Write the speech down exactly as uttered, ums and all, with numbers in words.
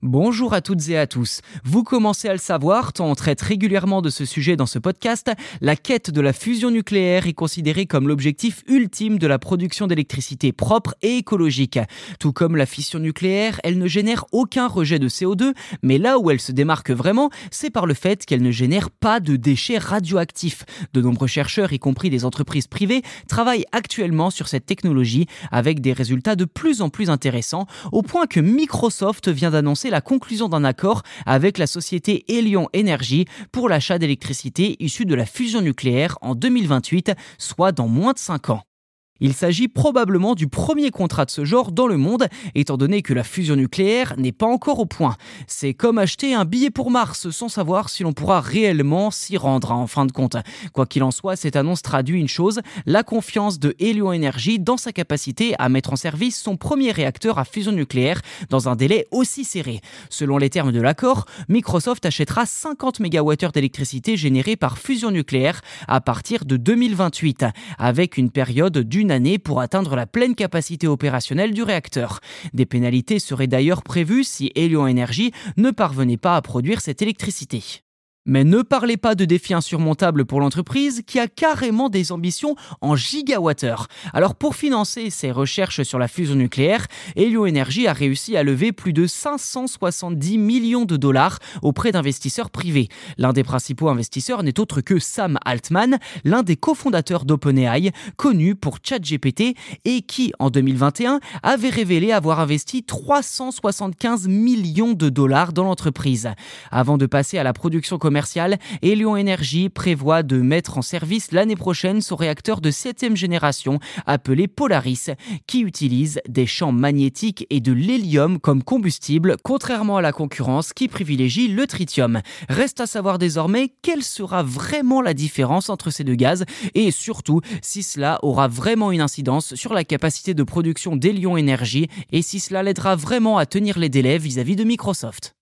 Bonjour à toutes et à tous. Vous commencez à le savoir, tant on traite régulièrement de ce sujet dans ce podcast, la quête de la fusion nucléaire est considérée comme l'objectif ultime de la production d'électricité propre et écologique. Tout comme la fission nucléaire, elle ne génère aucun rejet de C O deux, mais là où elle se démarque vraiment, c'est par le fait qu'elle ne génère pas de déchets radioactifs. De nombreux chercheurs, y compris des entreprises privées, travaillent actuellement sur cette technologie avec des résultats de plus en plus intéressants, au point que Microsoft vient d'annoncer la conclusion d'un accord avec la société Elion Energy pour l'achat d'électricité issue de la fusion nucléaire en deux mille vingt-huit, soit dans moins de cinq ans. Il s'agit probablement du premier contrat de ce genre dans le monde, étant donné que la fusion nucléaire n'est pas encore au point. C'est comme acheter un billet pour Mars sans savoir si l'on pourra réellement s'y rendre, hein, en fin de compte. Quoi qu'il en soit, cette annonce traduit une chose, la confiance de Elion Energy dans sa capacité à mettre en service son premier réacteur à fusion nucléaire dans un délai aussi serré. Selon les termes de l'accord, Microsoft achètera cinquante mégawattheures d'électricité générée par fusion nucléaire à partir de deux mille vingt-huit, avec une période d'une année pour atteindre la pleine capacité opérationnelle du réacteur. Des pénalités seraient d'ailleurs prévues si Elion Energy ne parvenait pas à produire cette électricité. Mais ne parlez pas de défis insurmontables pour l'entreprise qui a carrément des ambitions en gigawattheures. Alors pour financer ses recherches sur la fusion nucléaire, Elion Energy a réussi à lever plus de cinq cent soixante-dix millions de dollars auprès d'investisseurs privés. L'un des principaux investisseurs n'est autre que Sam Altman, l'un des cofondateurs d'OpenAI, connu pour ChatGPT et qui, en deux mille vingt et un, avait révélé avoir investi trois cent soixante-quinze millions de dollars dans l'entreprise. Avant de passer à la production commerciale, Elion Energy prévoit de mettre en service l'année prochaine son réacteur de septième génération appelé Polaris, qui utilise des champs magnétiques et de l'hélium comme combustible, contrairement à la concurrence qui privilégie le tritium. Reste à savoir désormais quelle sera vraiment la différence entre ces deux gaz et surtout si cela aura vraiment une incidence sur la capacité de production d'Elion Energy et si cela l'aidera vraiment à tenir les délais vis-à-vis de Microsoft.